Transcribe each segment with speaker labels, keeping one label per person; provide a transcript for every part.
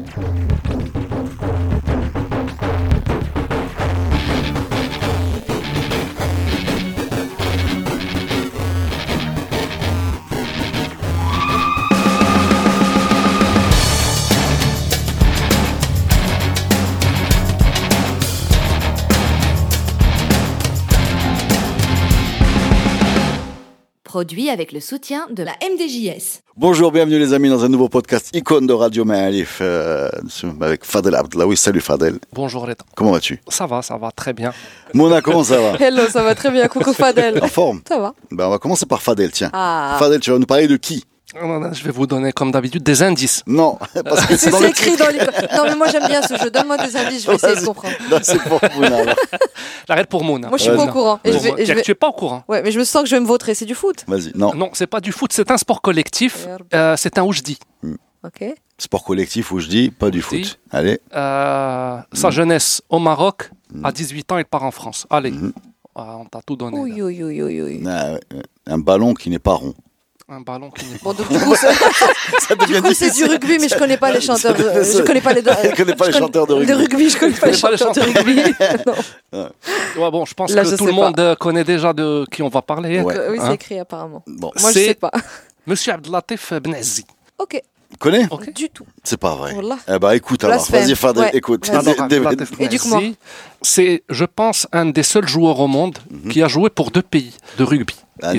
Speaker 1: Produit avec le soutien de la MDJS.
Speaker 2: Bonjour, bienvenue les amis dans un nouveau podcast Icône de Radio Ma'arif avec Fadel Abdellaoui. Salut Fadel.
Speaker 3: Bonjour Reda.
Speaker 2: Comment vas-tu?
Speaker 3: Ça va très bien.
Speaker 2: Mona, comment ça va?
Speaker 4: Hello, ça va très bien. Coucou Fadel.
Speaker 2: En forme?
Speaker 4: Ça va.
Speaker 2: Ben, on va commencer par Fadel, tiens.
Speaker 4: Ah.
Speaker 2: Fadel, tu vas nous parler de qui?
Speaker 3: Je vais vous donner comme d'habitude des indices.
Speaker 2: Non, parce que
Speaker 4: C'est écrit dans les... Non mais moi j'aime bien ce jeu. Donne-moi des indices, je vais essayer de comprendre.
Speaker 2: Non, c'est pour Mona. Alors.
Speaker 3: J'arrête pour Mona.
Speaker 4: Moi je suis pas au courant. Et
Speaker 3: Tu es pas au courant?
Speaker 4: Ouais, mais je me sens que je vais me vautrer. C'est du foot?
Speaker 2: Vas-y, non.
Speaker 3: Non, c'est pas du foot, c'est un sport collectif. C'est un oujdi.
Speaker 4: Ok.
Speaker 2: Sport collectif où je dis pas du foot. Allez.
Speaker 3: Sa jeunesse au Maroc, à 18 ans, il part en France. Allez, on t'a tout donné.
Speaker 4: Oui, oui, oui, oui, oui.
Speaker 2: Un ballon qui n'est pas rond.
Speaker 3: Un ballon qui n'est pas...
Speaker 4: Bon, donc, du coup, c'est du rugby, mais je connais pas les chanteurs. Je connais pas les.
Speaker 2: Je connais pas les chanteurs de rugby.
Speaker 4: De rugby, je connais pas les chanteurs de rugby.
Speaker 3: Ouais, bon, je pense
Speaker 4: Là,
Speaker 3: que tout le monde connaît déjà de qui on va parler.
Speaker 2: Ouais.
Speaker 4: Oui, c'est écrit apparemment.
Speaker 2: Bon.
Speaker 4: Moi, je sais pas.
Speaker 3: Monsieur Abdellatif Benazzi.
Speaker 4: Ok.
Speaker 2: Tu connais?
Speaker 3: Okay.
Speaker 4: Du tout.
Speaker 2: C'est pas vrai.
Speaker 4: Wallah.
Speaker 2: Eh ben écoute alors,
Speaker 4: Blasphème.
Speaker 2: vas-y Fadel,
Speaker 4: Ouais.
Speaker 2: écoute.
Speaker 3: Alors, Abdellatif
Speaker 4: Éduque-moi.
Speaker 3: Benazzi, c'est, je pense, un des seuls joueurs au monde qui a joué pour 2 pays de rugby.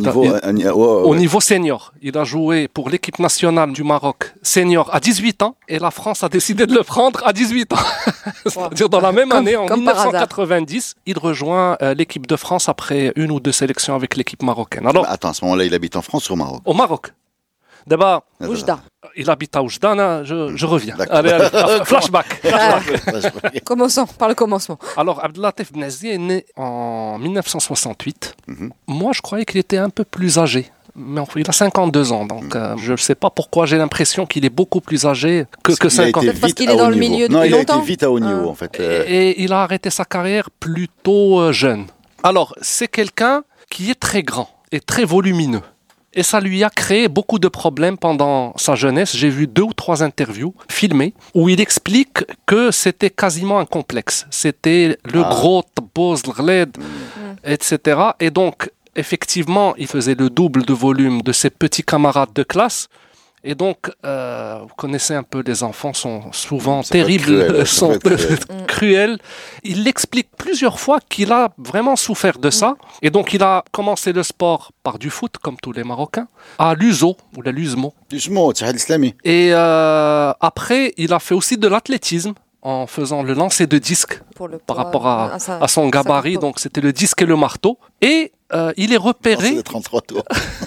Speaker 3: Au niveau senior, il a joué pour l'équipe nationale du Maroc senior à 18 ans et la France a décidé de le prendre à 18 ans. C'est-à-dire dans la même année, en 1990, il rejoint l'équipe de France après 1 ou 2 sélections avec l'équipe marocaine. Alors,
Speaker 2: attends, à ce moment-là, il habite en France ou au Maroc?
Speaker 3: au Maroc. D'abord,
Speaker 4: Oujda.
Speaker 3: il habite à Oujda, je reviens.
Speaker 2: D'accord.
Speaker 3: Allez, flashback.
Speaker 4: Commençons par le commencement.
Speaker 3: Alors, Abdellatif Benazzi est né en 1968. Moi, je croyais qu'il était un peu plus âgé. Mais il a 52 ans, donc je ne sais pas pourquoi j'ai l'impression qu'il est beaucoup plus âgé que 50 ans.
Speaker 4: Parce qu'il est dans le milieu depuis
Speaker 2: longtemps. Non, il a été vite à haut niveau, en fait.
Speaker 3: Et il a arrêté sa carrière plutôt jeune. Alors, c'est quelqu'un qui est très grand et très volumineux. Et ça lui a créé beaucoup de problèmes pendant sa jeunesse. J'ai vu 2 ou 3 interviews filmées où il explique que c'était quasiment un complexe. C'était le gros tboz, l'gled, etc. Et donc, effectivement, il faisait le double de volume de ses petits camarades de classe. Et donc, vous connaissez un peu, les enfants sont souvent terribles, sont cruels. Il l'explique plusieurs fois qu'il a vraiment souffert de ça. Et donc, il a commencé le sport par du foot, comme tous les Marocains, à l'USO, ou la l'USMO.
Speaker 2: L'USMO, Tihad Islami.
Speaker 3: Et après, il a fait aussi de l'athlétisme, en faisant le lancer de disque par rapport à son gabarit. Donc, c'était le disque et le marteau. Et il est repéré...
Speaker 2: C'est 33 tours.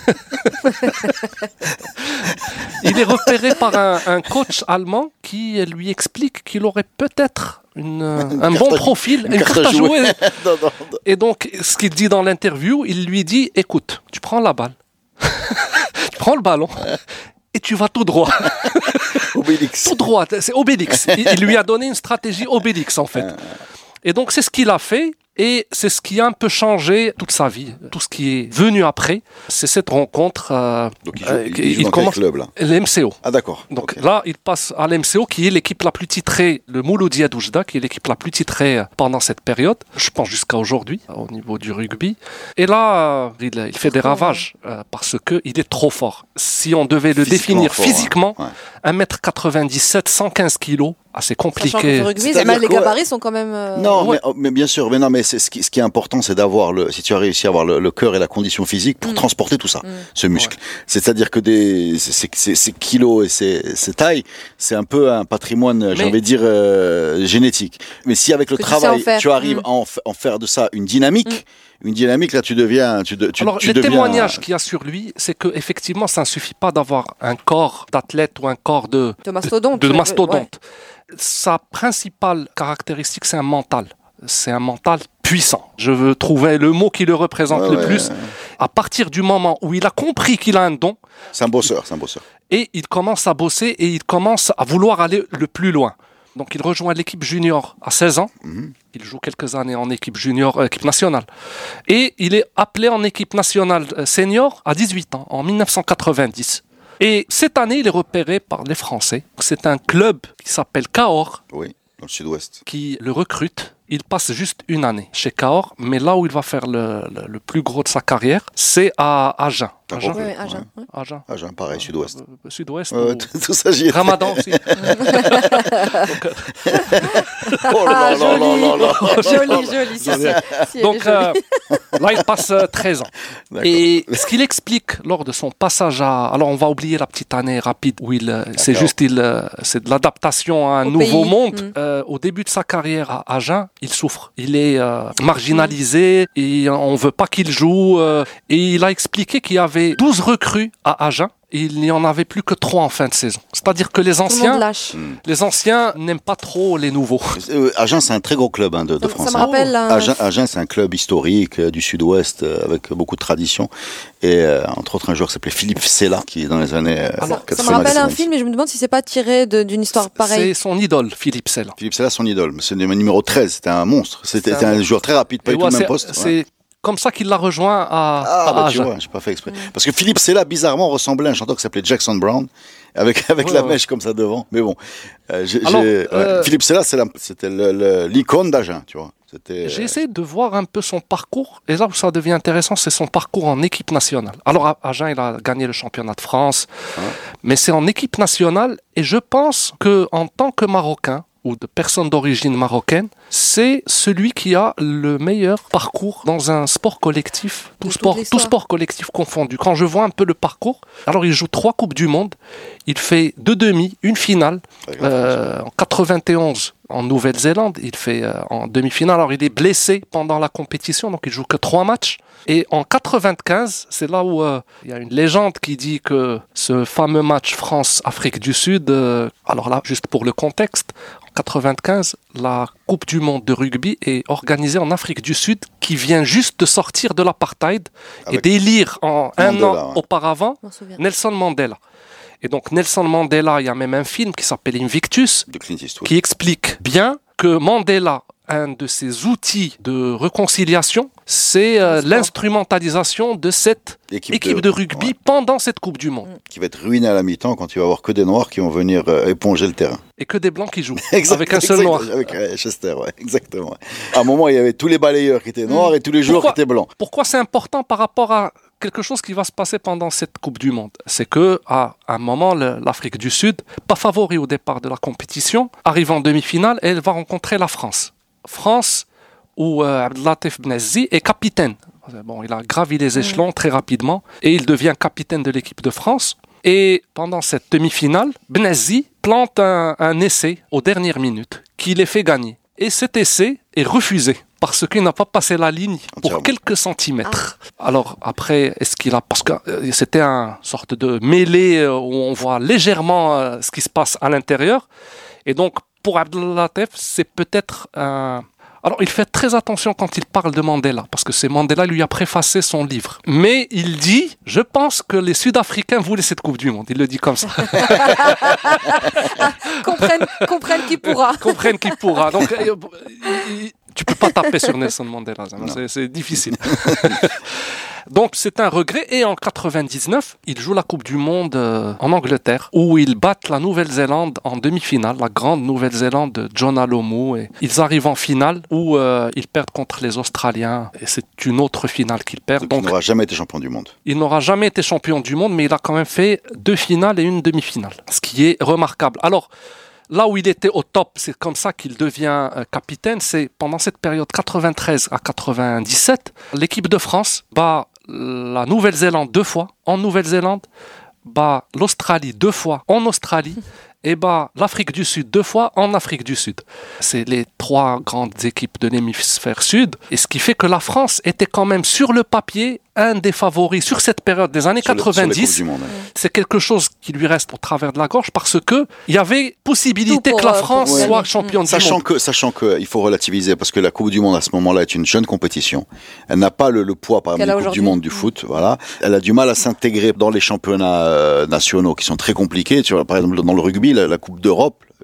Speaker 3: Il est repéré par un coach allemand qui lui explique qu'il aurait peut-être un bon profil, une carte à jouer.
Speaker 2: Non.
Speaker 3: Et donc, ce qu'il dit dans l'interview, il lui dit, écoute, tu prends la balle, tu prends le ballon et tu vas tout droit.
Speaker 2: Obélix.
Speaker 3: Tout droit, c'est Obélix. Il lui a donné une stratégie Obélix, en fait. Et donc, c'est ce qu'il a fait. Et c'est ce qui a un peu changé toute sa vie. Tout ce qui est venu après, c'est cette rencontre.
Speaker 2: Donc il joue dans quel club là?
Speaker 3: L'MCO.
Speaker 2: Ah d'accord.
Speaker 3: Donc là, il passe à l'MCO, qui est l'équipe la plus titrée, le Mouloudia d'Oujda, qui est l'équipe la plus titrée pendant cette période, je pense jusqu'à aujourd'hui, au niveau du rugby. Et là, il fait des ravages, parce qu'il est trop fort. Si on devait le définir physiquement, 1m97, 115 kilos, assez compliqué.
Speaker 4: Sachant que le rugby, les gabarits sont quand même...
Speaker 2: Non, mais bien sûr, mais ce qui est important, c'est d'avoir si tu as réussi à avoir le cœur et la condition physique pour transporter tout ça, ce muscle. Ouais. C'est-à-dire que ces kilos et ces tailles, c'est un peu un patrimoine, j'ai envie de dire, génétique. Mais si avec le travail, tu arrives à en faire de ça une dynamique, là, tu deviens...
Speaker 3: Alors, le témoignage qu'il y a sur lui, c'est qu'effectivement, ça ne suffit pas d'avoir un corps d'athlète ou un corps de mastodonte. Ouais. Sa principale caractéristique, c'est un mental. C'est un mental puissant. Je veux trouver le mot qui le représente le plus. À partir du moment où il a compris qu'il a un don...
Speaker 2: C'est un bosseur.
Speaker 3: Et il commence à bosser et il commence à vouloir aller le plus loin. Donc il rejoint l'équipe junior à 16 ans. Il joue quelques années en équipe junior, équipe nationale. Et il est appelé en équipe nationale senior à 18 ans, en 1990. Et cette année, il est repéré par les Français. C'est un club qui s'appelle Cahors.
Speaker 2: Oui, dans le sud-ouest.
Speaker 3: Qui le recrute. Il passe juste une année chez Cahors, mais là où il va faire le plus gros de sa carrière, c'est à Agen.
Speaker 4: Agen. Oui, Agen.
Speaker 3: Ouais. Agen.
Speaker 2: Agen, pareil, sud-ouest.
Speaker 3: Sud-ouest.
Speaker 2: Tout ça, j'y ai
Speaker 3: Ramadan aussi.
Speaker 2: Oh là là là là là.
Speaker 4: Joli.
Speaker 3: Donc là, il passe 13 ans. D'accord. Et ce qu'il explique lors de son passage à... Alors, on va oublier la petite année rapide où c'est de l'adaptation à un nouveau monde. Au début de sa carrière à Agen, il souffre. Il est marginalisé et on ne veut pas qu'il joue. Et il a expliqué qu'il y avait 12 recrues à Agen. Il n'y en avait plus que 3 en fin de saison. C'est-à-dire que les anciens n'aiment pas trop les nouveaux.
Speaker 2: Agen, c'est un très gros club de France.
Speaker 4: Ça me rappelle...
Speaker 2: Agen, c'est un club historique du sud-ouest avec beaucoup de traditions. Et entre autres, un joueur qui s'appelait Philippe Sella, qui est dans les années 80.
Speaker 4: Ça me rappelle un film, mais je me demande si c'est pas tiré d'une histoire pareille.
Speaker 3: C'est son idole, Philippe Sella.
Speaker 2: Philippe Sella, son idole. C'est le numéro 13. C'était un monstre. C'était un joueur très rapide, pas du tout le même poste.
Speaker 3: C'est comme ça qu'il l'a rejoint à
Speaker 2: tu vois, j'ai pas fait exprès. Parce que Philippe Sella, bizarrement, ressemblait à un chanteur qui s'appelait Jackson Brown, avec la mèche comme ça devant. Mais bon, Philippe Sella, c'était l'icône d'Agen, tu vois.
Speaker 3: J'ai essayé de voir un peu son parcours, et là où ça devient intéressant, c'est son parcours en équipe nationale. Alors, à Agen, il a gagné le championnat de France, mais c'est en équipe nationale, et je pense qu'en tant que Marocain, ou de personnes d'origine marocaine, c'est celui qui a le meilleur parcours dans un sport collectif, tout sport collectif confondu. Quand je vois un peu le parcours, alors il joue 3 Coupes du Monde, il fait 2 demi, une finale, en 91 en Nouvelle-Zélande, il fait en demi-finale, alors il est blessé pendant la compétition, donc il joue que 3 matchs. Et en 95, c'est là où il y a une légende qui dit que ce fameux match France-Afrique du Sud, alors là, juste pour le contexte, en 95, la Coupe du Monde de rugby est organisée en Afrique du Sud, qui vient juste de sortir de l'apartheid et d'élire un an auparavant Nelson Mandela. Et donc Nelson Mandela, il y a même un film qui s'appelle Invictus, qui explique bien que Mandela, un de ses outils de réconciliation, c'est l'instrumentalisation de cette équipe de rugby pendant cette Coupe du Monde.
Speaker 2: Qui va être ruinée à la mi-temps quand il va y avoir que des Noirs qui vont venir éponger le terrain.
Speaker 3: Et que des Blancs qui jouent, avec un seul Noir.
Speaker 2: Avec Chester, exactement. À un moment, il y avait tous les balayeurs qui étaient Noirs et tous les joueurs qui étaient Blancs.
Speaker 3: Pourquoi c'est important par rapport à quelque chose qui va se passer pendant cette Coupe du Monde? C'est que à un moment, l'Afrique du Sud, pas favori au départ de la compétition, arrive en demi-finale et elle va rencontrer la France. France où Abdellatif Benazzi est capitaine. Bon, il a gravi les échelons très rapidement et il devient capitaine de l'équipe de France. Et pendant cette demi-finale, Benazzi plante un essai aux dernières minutes qui les fait gagner. Et cet essai est refusé parce qu'il n'a pas passé la ligne pour quelques centimètres. Alors après, est-ce qu'il a... Parce que c'était une sorte de mêlée où on voit légèrement ce qui se passe à l'intérieur. Et donc, pour Abdellatif, c'est peut-être un... Alors, il fait très attention quand il parle de Mandela, parce que c'est Mandela lui a préfacé son livre. Mais il dit, je pense que les Sud-Africains voulaient cette Coupe du Monde. Il le dit comme ça.
Speaker 4: Comprenne qui pourra.
Speaker 3: Comprenne qui pourra. Donc, tu peux pas taper sur Nelson Mandela. C'est difficile. Donc, c'est un regret. Et en 99, il joue la Coupe du Monde en Angleterre, où ils battent la Nouvelle-Zélande en demi-finale, la grande Nouvelle-Zélande de John Alomu. Et ils arrivent en finale, où ils perdent contre les Australiens. Et c'est une autre finale qu'ils perdent.
Speaker 2: Donc, il n'aura jamais été champion du monde.
Speaker 3: Il n'aura jamais été champion du monde, mais il a quand même fait 2 finales et une demi-finale, ce qui est remarquable. Alors, là où il était au top, c'est comme ça qu'il devient capitaine, c'est pendant cette période 93 à 97, l'équipe de France bat la Nouvelle-Zélande 2 fois en Nouvelle-Zélande, bat l'Australie 2 fois en Australie et bat l'Afrique du Sud 2 fois en Afrique du Sud. C'est les 3 grandes équipes de l'hémisphère sud, et ce qui fait que la France était quand même sur le papier un des favoris sur cette période des années 90. C'est quelque chose qui lui reste au travers de la gorge parce que il y avait possibilité que la France soit championne du monde.
Speaker 2: Sachant que il faut relativiser parce que la Coupe du Monde à ce moment-là est une jeune compétition. Elle n'a pas le poids par exemple des Coupes du Monde du foot. Voilà. Elle a du mal à s'intégrer dans les championnats nationaux qui sont très compliqués. Tu vois, par exemple dans le rugby, la Coupe d'Europe,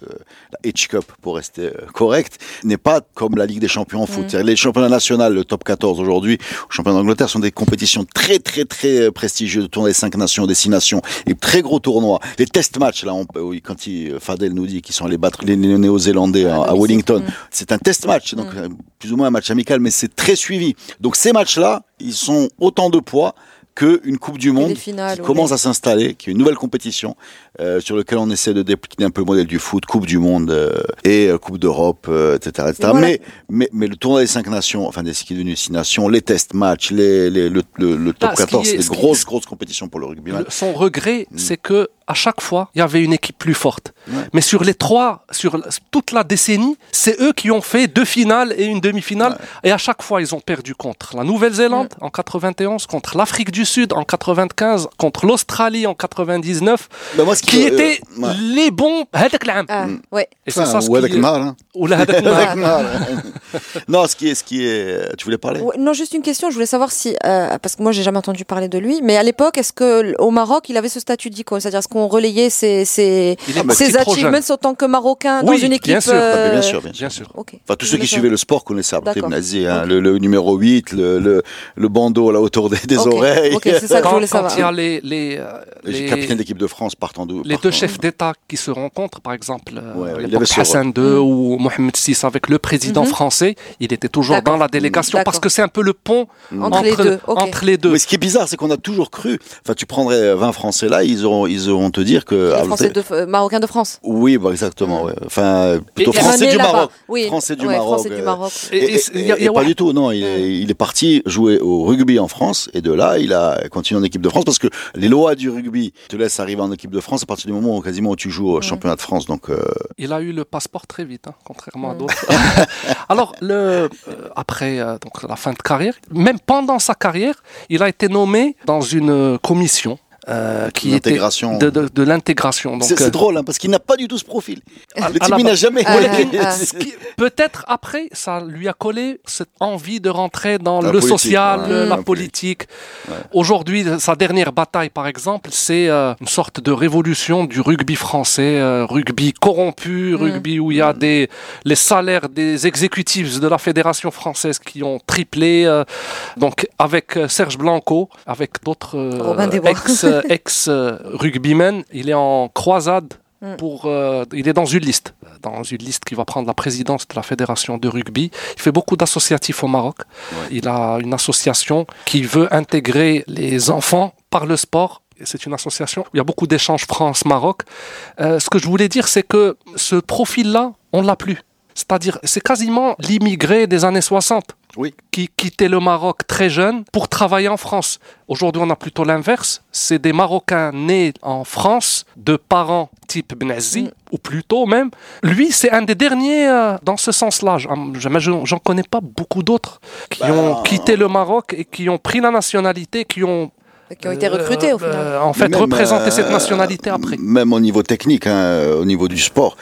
Speaker 2: la H Cup pour rester correct, n'est pas comme la Ligue des champions en foot. Les championnats nationaux, le top 14 aujourd'hui, le championnat d'Angleterre sont des compétitions très très très prestigieuses, tournoi des 5 nations, des 6 nations, et très gros tournois. Les test matchs, là, quand Fadel nous dit qu'ils sont allés battre les Néo-Zélandais à Wellington, c'est un test match, donc plus ou moins un match amical, mais c'est très suivi. Donc ces matchs-là, ils sont autant de poids qu'une Coupe du Monde finales, qui commence à s'installer, qui est une nouvelle compétition sur laquelle on essaie de décliner un peu le modèle du foot, Coupe du Monde et Coupe d'Europe, etc. etc. Voilà. Mais le tournoi des 5 nations, enfin ce qui est devenu 6 nations, les test matchs, le top 14, c'est des grosses compétitions pour le rugby.
Speaker 3: Son regret, c'est que à chaque fois, il y avait une équipe plus forte. Mais sur toute la décennie, c'est eux qui ont fait 2 finales et une demi-finale. Et à chaque fois, ils ont perdu contre la Nouvelle-Zélande en 91, contre l'Afrique du Sud en 95, contre l'Australie en 99, qui étaient les bons.
Speaker 2: Et c'est ça ce qui Non, ce qui est. Tu voulais parler?
Speaker 4: Non, juste une question. Je voulais savoir si, parce que moi, j'ai jamais entendu parler de lui. Mais à l'époque, est-ce que au Maroc, il avait ce statut d'icône, c'est-à-dire est-ce qu'on relayait ses achievements en tant que Marocain dans une équipe?
Speaker 2: Bien sûr. Okay. Enfin, tous ceux qui suivaient le sport connaissaient Abdelkrim Nazi, le numéro 8, le bandeau là autour des oreilles.
Speaker 4: C'est ça que je voulais savoir.
Speaker 3: Quand il y a
Speaker 2: les capitaines d'équipe de France partant d'où?
Speaker 3: Les deux chefs d'État qui se rencontrent, par exemple, Hassan II ou Mohamed VI avec le président français, il était toujours dans la délégation parce que c'est un peu le pont entre les deux.
Speaker 2: Mais ce qui est bizarre, c'est qu'on a toujours cru. Enfin, tu prendrais 20 Français là, ils auront te dire que
Speaker 4: Marocains de France.
Speaker 2: Oui, exactement. Enfin, plutôt français du Maroc. Français du Maroc. Et pas du tout. Non, il est parti jouer au rugby en France et de là, il a continué en équipe de France parce que les lois du rugby te laissent arriver en équipe de France à partir du moment où tu joues au championnat de France. Donc,
Speaker 3: il a eu le passeport très vite, contrairement à d'autres. Alors, après donc, la fin de carrière, même pendant sa carrière, il a été nommé dans une commission qui était de l'intégration.
Speaker 2: C'est drôle parce qu'il n'a pas du tout ce profil. Le type n'a jamais.
Speaker 3: Peut-être après, ça lui a collé cette envie de rentrer dans le social, la politique. Aujourd'hui, sa dernière bataille, par exemple, c'est une sorte de révolution du rugby français, rugby corrompu, rugby où il y a les salaires des exécutifs de la fédération française qui ont triplé. Donc avec Serge Blanco, avec d'autres ex-rugbyman, il est en croisade il est dans une liste qui va prendre la présidence de la fédération de rugby. Il fait beaucoup d'associatifs au Maroc. Il a une association qui veut intégrer les enfants par le sport. C'est une association où il y a beaucoup d'échanges France-Maroc. Ce que je voulais dire, c'est que ce profil-là, on ne l'a plus. C'est-à-dire, c'est quasiment l'immigré des années 60 qui quittait le Maroc très jeune pour travailler en France. Aujourd'hui, on a plutôt l'inverse. C'est des Marocains nés en France, de parents type Benazi, ou plutôt même. Lui, c'est un des derniers dans ce sens-là. J'en connais pas beaucoup d'autres qui ont quitté le Maroc et qui ont pris la nationalité, qui ont
Speaker 4: été recrutés au final.
Speaker 3: En fait, représenter cette nationalité après.
Speaker 2: Même au niveau technique, au niveau du sport,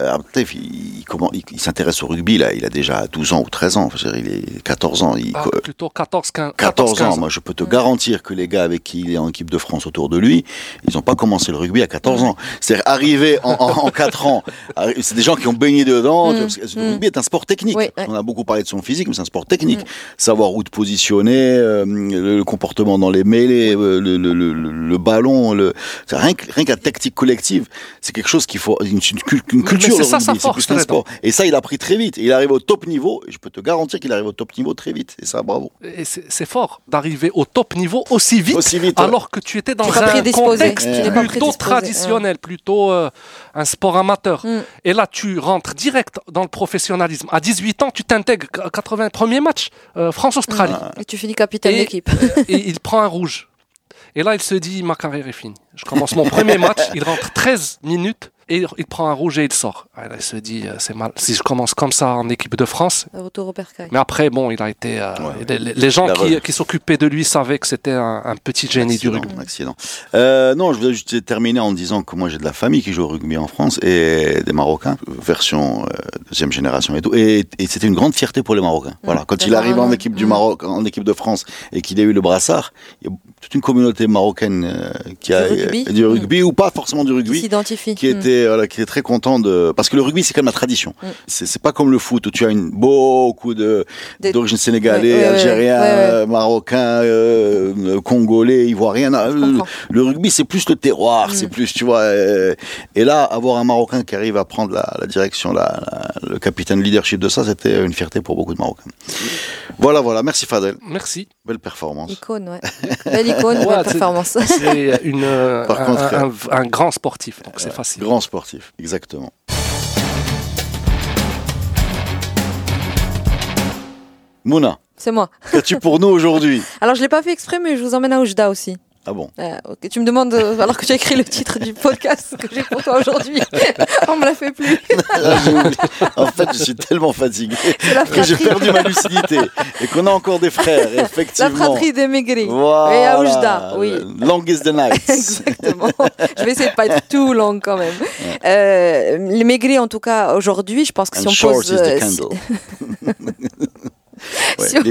Speaker 2: il s'intéresse au rugby, là, il a déjà 12 ans ou 13 ans, il est 14 ans.
Speaker 3: Plutôt 14-15
Speaker 2: ans. Moi, je peux te garantir que les gars avec qui il est en équipe de France autour de lui, ils n'ont pas commencé le rugby à 14 ans. C'est-à-dire, arriver en 4 ans, c'est des gens qui ont baigné dedans. Le rugby est un sport technique. On a beaucoup parlé de son physique, mais c'est un sport technique. Savoir où te positionner, le comportement dans les mêlées, le ballon, rien que la tactique collective, c'est quelque chose qu'il faut, une culture.
Speaker 3: C'est ça sa force,
Speaker 2: c'est plus un sport. Et ça, il a pris très vite. Et il arrive au top niveau. Et je peux te garantir qu'il arrive au top niveau très vite. Et ça, bravo.
Speaker 3: Et c'est fort d'arriver au top niveau aussi vite alors que tu étais dans un contexte plutôt traditionnel, plutôt un sport amateur. Et là, tu rentres direct dans le professionnalisme. À 18 ans, tu t'intègres 81er match France-Australie.
Speaker 4: Et tu finis capitaine d'équipe.
Speaker 3: Et il prend un rouge. Et là, il se dit, ma carrière est finie. Je commence mon premier match, il rentre 13 minutes et il prend un rouge et il sort. Et là, il se dit, c'est mal. Si je commence comme ça en équipe de France.
Speaker 4: Retour au bercail.
Speaker 3: Mais après, il a été. Les gens qui s'occupaient de lui savaient que c'était un petit génie du rugby.
Speaker 2: Accident. Non, je voulais juste terminer en disant que moi, j'ai de la famille qui joue au rugby en France et des Marocains, version deuxième génération et tout. Et c'était une grande fierté pour les Marocains. Voilà. Quand il arrive en équipe du Maroc, en équipe de France et qu'il a eu le brassard, toute une communauté marocaine qui a du rugby ou pas forcément du rugby,
Speaker 4: qui s'identifie,
Speaker 2: qui était qui est très content parce que le rugby c'est quand même la tradition. C'est pas comme le foot où tu as beaucoup d'origine sénégalais, algérien, marocain, congolais, ivoirien. Le rugby c'est plus le terroir, c'est plus, tu vois. Et là, avoir un Marocain qui arrive à prendre la direction, le capitaine leadership de ça, c'était une fierté pour beaucoup de Marocains. Voilà. Merci Fadel.
Speaker 3: Merci.
Speaker 2: Belle performance.
Speaker 4: Icône, ouais. Belle icône, belle performance.
Speaker 3: C'est un grand sportif, donc c'est facile.
Speaker 2: Grand sportif, exactement. Mouna.
Speaker 4: C'est moi.
Speaker 2: Qu'as-tu pour nous aujourd'hui?
Speaker 4: Alors, je l'ai pas fait exprès, mais je vous emmène à Oujda aussi.
Speaker 2: Ah bon?
Speaker 4: Okay. Tu me demandes, alors que tu as écrit le titre du podcast que j'ai pour toi aujourd'hui, on me l'a fait plus.
Speaker 2: En fait, je suis tellement fatigué que j'ai perdu ma lucidité et qu'on a encore des frères, effectivement.
Speaker 4: La fratrie des Maigris.
Speaker 2: Voilà.
Speaker 4: Et à Oujda, oui.
Speaker 2: Long is the night.
Speaker 4: Exactement. Je vais essayer de pas être too long quand même. Les Maigris, en tout cas, aujourd'hui, je pense que si on pose...
Speaker 2: Is the candle. Ouais, si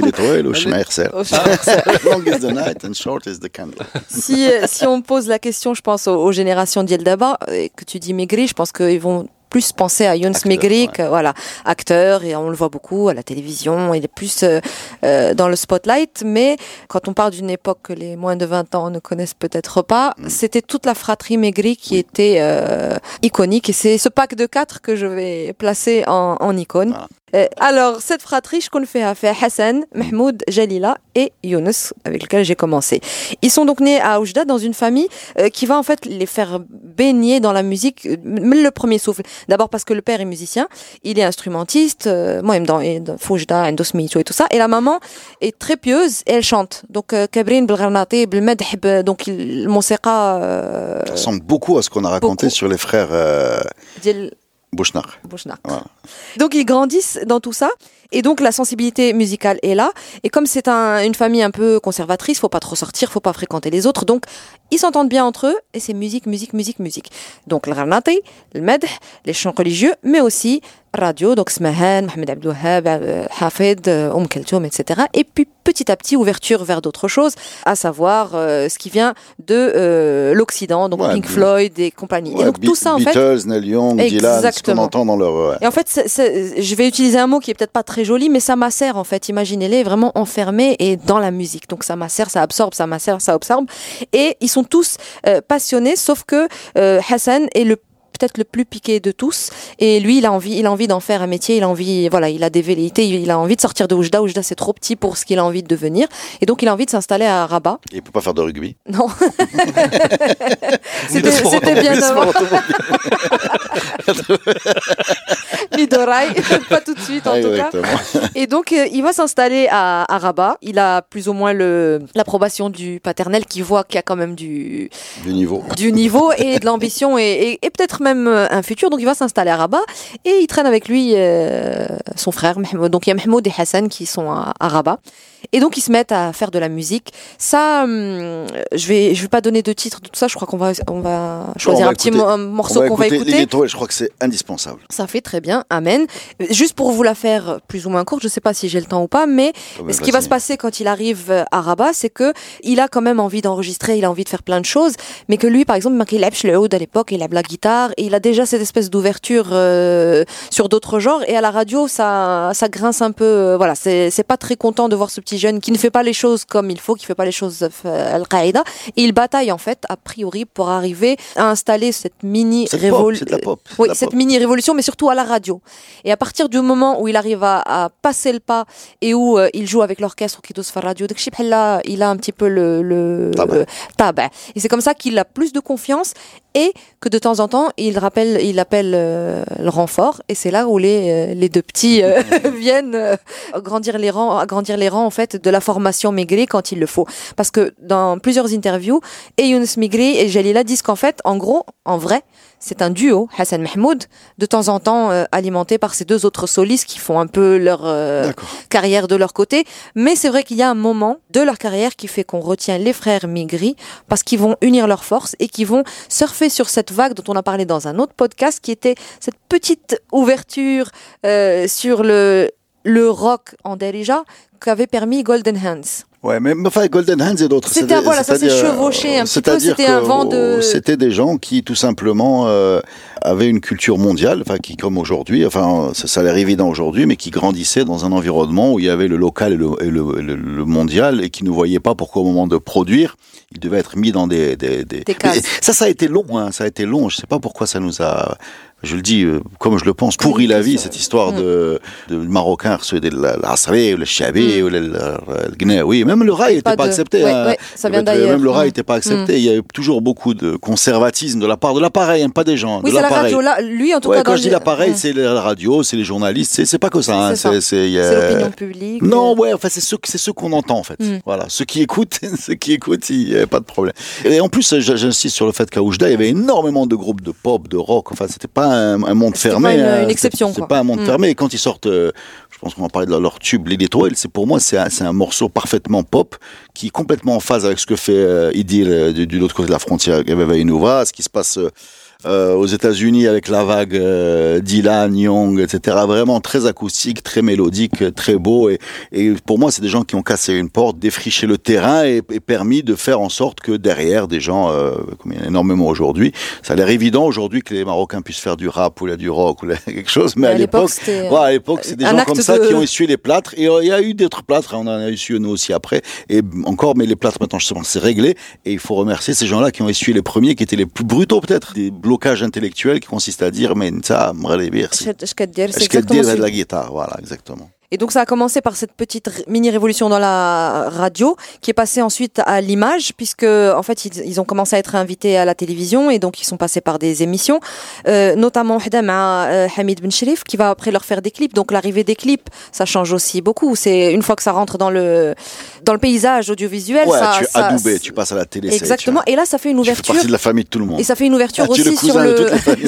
Speaker 4: on pose la question, je pense aux générations d'Yel Daba, et que tu dis Maigri, je pense qu'ils vont plus penser à Younes Maigri, voilà, acteur, et on le voit beaucoup à la télévision, il est plus dans le spotlight, mais quand on parle d'une époque que les moins de 20 ans ne connaissent peut-être pas, c'était toute la fratrie Maigri qui était iconique, et c'est ce pack de 4 que je vais placer en icône. Alors, cette fratrie, je connais fait Hassan, Mahmoud, Jalila et Younes, avec lequel j'ai commencé. Ils sont donc nés à Oujda dans une famille qui va en fait les faire baigner dans la musique, le premier souffle. D'abord parce que le père est musicien, il est instrumentiste, moi dans Oujda, Endosmito et tout ça. Et la maman est très pieuse et elle chante. Donc, Kabrin, Belgharnati, Belmedh, donc le musiqa.
Speaker 2: Ça ressemble beaucoup à ce qu'on a raconté sur les frères. Bouchnar.
Speaker 4: Voilà. Donc ils grandissent dans tout ça et donc la sensibilité musicale est là et comme c'est une famille un peu conservatrice, faut pas trop sortir, faut pas fréquenter les autres, donc ils s'entendent bien entre eux et c'est musique. Donc le gharnati, le medh, les chants religieux, mais aussi radio, donc Smahan, Mohamed Abdel Wahab, Hafid, Keltoum, etc. Et puis petit à petit ouverture vers d'autres choses, à savoir ce qui vient de l'Occident, donc Pink Floyd et compagnie. Et donc tout ça en fait,
Speaker 2: Beatles, Neil Young, Dylan, ce qu'on entend dans leur.
Speaker 4: Et en fait, je vais utiliser un mot qui est peut-être pas très joli, mais ça macère en fait. Imaginez-les vraiment enfermés et dans la musique. Donc ça macère, ça absorbe, ça macère, ça absorbe. Et ils sont tous passionnés, sauf que Hassan est peut-être le plus piqué de tous, et lui il a envie d'en faire un métier, il a des velléités, il a envie de sortir de Oujda. Oujda c'est trop petit pour ce qu'il a envie de devenir, et donc il a envie de s'installer à Rabat.
Speaker 2: Et il peut pas faire de rugby.
Speaker 4: Non. C'était bien avant. Ni d'oreille, pas tout de suite en tout cas. Et donc il va s'installer à Rabat. Il a plus ou moins l'approbation du paternel qui voit qu'il y a quand même du niveau et de l'ambition et peut-être même un futur. Donc il va s'installer à Rabat et il traîne avec lui son frère Mahmoud. Donc il y a Mahmoud et Hassan qui sont à Rabat. Et donc ils se mettent à faire de la musique. Ça, je vais pas donner de titre de tout ça. Je crois qu'on va choisir un petit morceau qu'on va écouter.
Speaker 2: Les Étoiles, je crois que c'est indispensable.
Speaker 4: Ça fait très bien, amen. Juste pour vous la faire plus ou moins courte, je sais pas si j'ai le temps ou pas, mais ce qui va se passer quand il arrive à Rabat, c'est que il a quand même envie d'enregistrer, il a envie de faire plein de choses, mais que lui, par exemple, il aime le oud à l'époque, il aime la guitare, et il a déjà cette espèce d'ouverture sur d'autres genres. Et à la radio, ça grince un peu. Voilà, c'est pas très content de voir ce petit jeune qui ne fait pas les choses comme il faut, qui fait pas les choses Al-Qaïda. Et il bataille en fait, a priori, pour arriver à installer cette mini-révolution.
Speaker 2: C'est de la pop.
Speaker 4: Oui, cette mini-révolution, mais surtout à la radio. Et à partir du moment où il arrive à passer le pas et où il joue avec l'orchestre qui douce radio, il a un petit peu le tabac. Et c'est comme ça qu'il a plus de confiance et que de temps en temps, il appelle le renfort. Et c'est là où les deux petits viennent agrandir les rangs en fait de la formation Maigri quand il le faut. Parce que dans plusieurs interviews, et Younes Maigri et Jalila disent qu'en fait, en gros, en vrai, c'est un duo, Hassan Mahmoud, de temps en temps alimenté par ces deux autres solistes qui font un peu leur carrière de leur côté. Mais c'est vrai qu'il y a un moment de leur carrière qui fait qu'on retient les frères Maigri parce qu'ils vont unir leurs forces et qu'ils vont surfer sur cette vague dont on a parlé dans un autre podcast qui était cette petite ouverture sur le rock en Darija qu'avait permis Golden Hands.
Speaker 2: Ouais, mais enfin, Golden Hands et d'autres.
Speaker 4: C'était, voilà, ça s'est chevauché un petit peu, c'était un vent de...
Speaker 2: C'était des gens qui, tout simplement, avaient une culture mondiale, enfin, qui, comme aujourd'hui, enfin, ça a l'air évident aujourd'hui, mais qui grandissaient dans un environnement où il y avait le local et le mondial, et qui ne voyaient pas pourquoi, au moment de produire, ils devaient être mis dans des
Speaker 4: cases.
Speaker 2: Ça a été long, hein, ça a été long. Je sais pas pourquoi ça nous a... Je le dis comme je le pense, pourri la vie, cette histoire de Marocains recevaient l'Asré, ou le Chabé, ou le Gnaoui. Même le rail n'était pas accepté.
Speaker 4: Ouais, ça vient d'ailleurs.
Speaker 2: Même le rail n'était pas accepté. Il y a eu toujours beaucoup de conservatisme de la part de l'appareil, pas des gens.
Speaker 4: Oui,
Speaker 2: de
Speaker 4: c'est la radio. Là, lui, en tout cas.
Speaker 2: Quand je dis l'appareil, c'est la radio, c'est les journalistes, c'est pas que ça. Hein.
Speaker 4: C'est l'opinion publique.
Speaker 2: Non, ouais, enfin, c'est ceux qu'on entend, en fait. Voilà. Ceux qui écoutent, il n'y avait pas de problème. Et en plus, j'insiste sur le fait qu'à Oujda, il y avait énormément de groupes de pop, de rock. Enfin, c'était pas un monde fermé.
Speaker 4: Pas une exception.
Speaker 2: C'est pas un monde fermé. Et quand ils sortent, je pense qu'on va parler de leur tube, Les Étoiles, pour moi, c'est un morceau parfaitement pop qui est complètement en phase avec ce que fait Idil de l'autre côté de la frontière, Inouva, ce qui se passe aux États-Unis avec la vague Dylan, Young, etc. Vraiment très acoustique, très mélodique, très beau. Et pour moi, c'est des gens qui ont cassé une porte, défriché le terrain et permis de faire en sorte que derrière, des gens, comme il y en a énormément aujourd'hui, ça a l'air évident aujourd'hui que les Marocains puissent faire du rap ou du rock ou quelque chose, mais à l'époque, c'est des gens comme ça qui ont essuyé les plâtres. Et il y a eu d'autres plâtres, on en a essuyé nous aussi après. Et encore, mais les plâtres maintenant, justement, c'est réglé. Et il faut remercier ces gens-là qui ont essuyé les premiers, qui étaient les plus brutaux peut-être, des blocage intellectuel qui consiste à dire mais ça de la guitare, voilà, exactement.
Speaker 4: Et donc ça a commencé par cette petite mini-révolution dans la radio qui est passée ensuite à l'image puisque en fait ils ont commencé à être invités à la télévision et donc ils sont passés par des émissions notamment Hamid Ben Cherif qui va après leur faire des clips. Donc l'arrivée des clips, ça change aussi beaucoup. C'est une fois que ça rentre dans le paysage audiovisuel,
Speaker 2: tu es adoubé, tu passes à la télé.
Speaker 4: Exactement. Et là ça fait une ouverture.
Speaker 2: Tu fais partie de la famille de tout le monde.
Speaker 4: Et ça fait une ouverture aussi sur le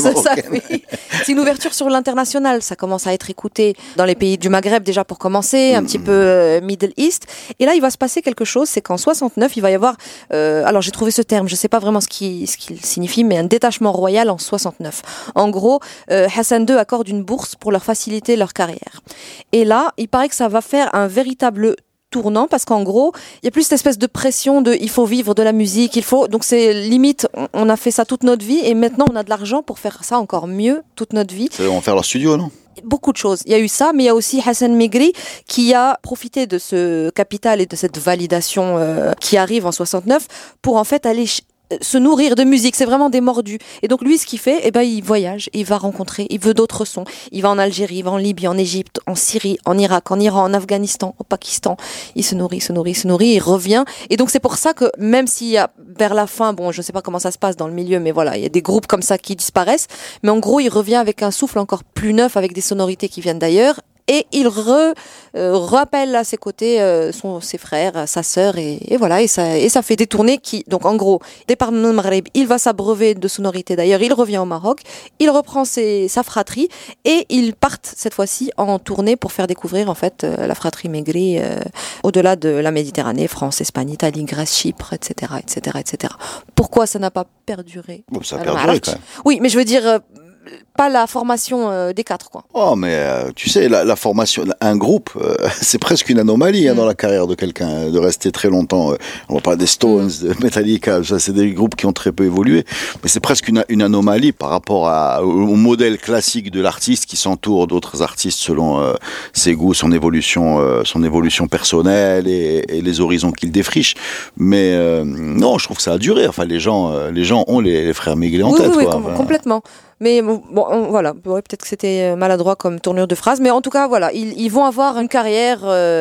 Speaker 4: c'est une ouverture sur l'international. Ça commence à être écouté dans les pays du Maghreb déjà pour commencer, un petit peu Middle East. Et là, il va se passer quelque chose, c'est qu'en 69, il va y avoir, alors j'ai trouvé ce terme, je sais pas vraiment ce qu'il signifie, mais un détachement royal en 69. En gros, Hassan II accorde une bourse pour leur faciliter leur carrière. Et là, il paraît que ça va faire un véritable tournant parce qu'en gros, il y a plus cette espèce de pression de il faut vivre de la musique, donc c'est limite, on a fait ça toute notre vie et maintenant on a de l'argent pour faire ça encore mieux toute notre vie.
Speaker 2: Ils vont faire leur studio, non ?
Speaker 4: Beaucoup de choses. Il y a eu ça, mais il y a aussi Hassan Megri qui a profité de ce capital et de cette validation qui arrive en 69 pour en fait aller se nourrir de musique. C'est vraiment des mordus. Et donc lui, ce qu'il fait, il voyage, il va rencontrer, il veut d'autres sons. Il va en Algérie, il va en Libye, en Égypte, en Syrie, en Irak, en Iran, en Afghanistan, au Pakistan. Il se nourrit, il revient. Et donc c'est pour ça que même s'il y a vers la fin, bon, je sais pas comment ça se passe dans le milieu, mais voilà, il y a des groupes comme ça qui disparaissent. Mais en gros, il revient avec un souffle encore plus neuf, avec des sonorités qui viennent d'ailleurs. Et il rappelle à ses côtés ses frères, sa sœur, et voilà, et ça fait des tournées qui, donc en gros, départ de Maghreb, il va s'abreuver de sonorités d'ailleurs, il revient au Maroc, il reprend sa fratrie, et ils partent cette fois-ci en tournée pour faire découvrir en fait la fratrie Megri au-delà de la Méditerranée, France, Espagne, Italie, Grèce, Chypre, etc., etc., etc. Pourquoi ça n'a pas perduré ?
Speaker 2: Bon, ça a perduré quand même.
Speaker 4: Oui, mais je veux dire... pas la formation des quatre, quoi.
Speaker 2: Oh, mais tu sais, la formation, un groupe, c'est presque une anomalie dans la carrière de quelqu'un, de rester très longtemps. On va parler des Stones, de Metallica, ça, c'est des groupes qui ont très peu évolué, mais c'est presque une anomalie par rapport au modèle classique de l'artiste qui s'entoure d'autres artistes selon ses goûts, son évolution personnelle et les horizons qu'il défriche. Mais non, je trouve que ça a duré. Enfin, les gens ont les frères Megri en tête.
Speaker 4: Oui,
Speaker 2: quoi.
Speaker 4: Complètement. Mais bon, voilà, peut-être que c'était maladroit comme tournure de phrase, mais en tout cas, voilà, ils vont avoir une carrière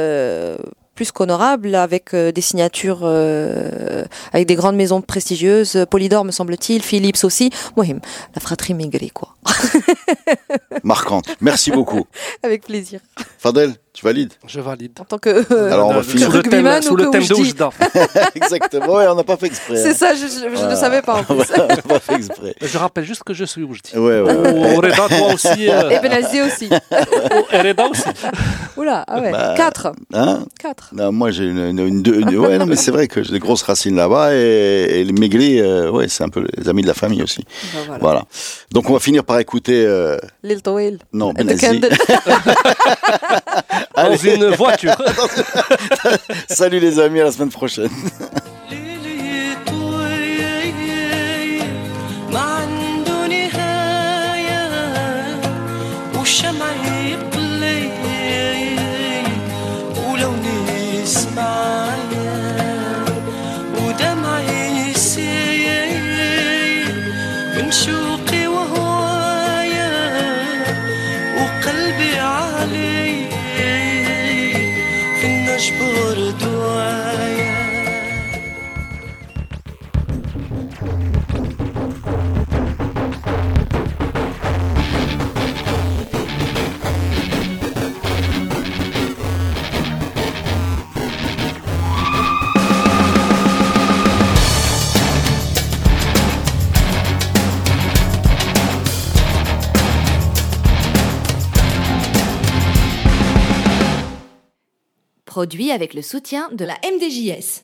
Speaker 4: plus qu'honorable avec des signatures avec des grandes maisons prestigieuses, Polydor me semble-t-il, Philips aussi. Mohim, la fratrie Megri, quoi.
Speaker 2: Marquante. Merci beaucoup.
Speaker 4: Avec plaisir.
Speaker 2: Fadel, tu valides ?
Speaker 3: Je valide.
Speaker 4: En tant que
Speaker 2: alors on va finir
Speaker 3: sous le thème de Oujda.
Speaker 2: Exactement, et on n'a pas fait exprès.
Speaker 4: C'est ça, je ne savais pas en plus.
Speaker 2: On n'a pas fait exprès.
Speaker 3: Je rappelle juste que je suis Oujdi.
Speaker 2: Ouais.
Speaker 3: Reda, toi aussi.
Speaker 4: Et Benazzi aussi.
Speaker 3: Et Reda aussi.
Speaker 4: Oula, ah ouais. 4.
Speaker 2: Hein ?
Speaker 4: 4.
Speaker 2: Non, moi j'ai une deux. Ouais, non, mais c'est vrai que j'ai des grosses racines là-bas et les Megri, c'est un peu les amis de la famille aussi.
Speaker 4: Voilà.
Speaker 2: Donc on va finir par écouter...
Speaker 4: Lil Tawil.
Speaker 2: Non,
Speaker 4: The
Speaker 2: Benazi.
Speaker 4: Candle.
Speaker 3: Dans une voiture.
Speaker 2: Salut les amis, à la semaine prochaine.
Speaker 5: ليلي طويل ما عنده نهاية والشمع يقلي ولوني يسمعايا ودمعي يسيل من شوقي وهوايا وقلبي علي في النجبر دوايا
Speaker 1: Produit avec le soutien de la MDJS.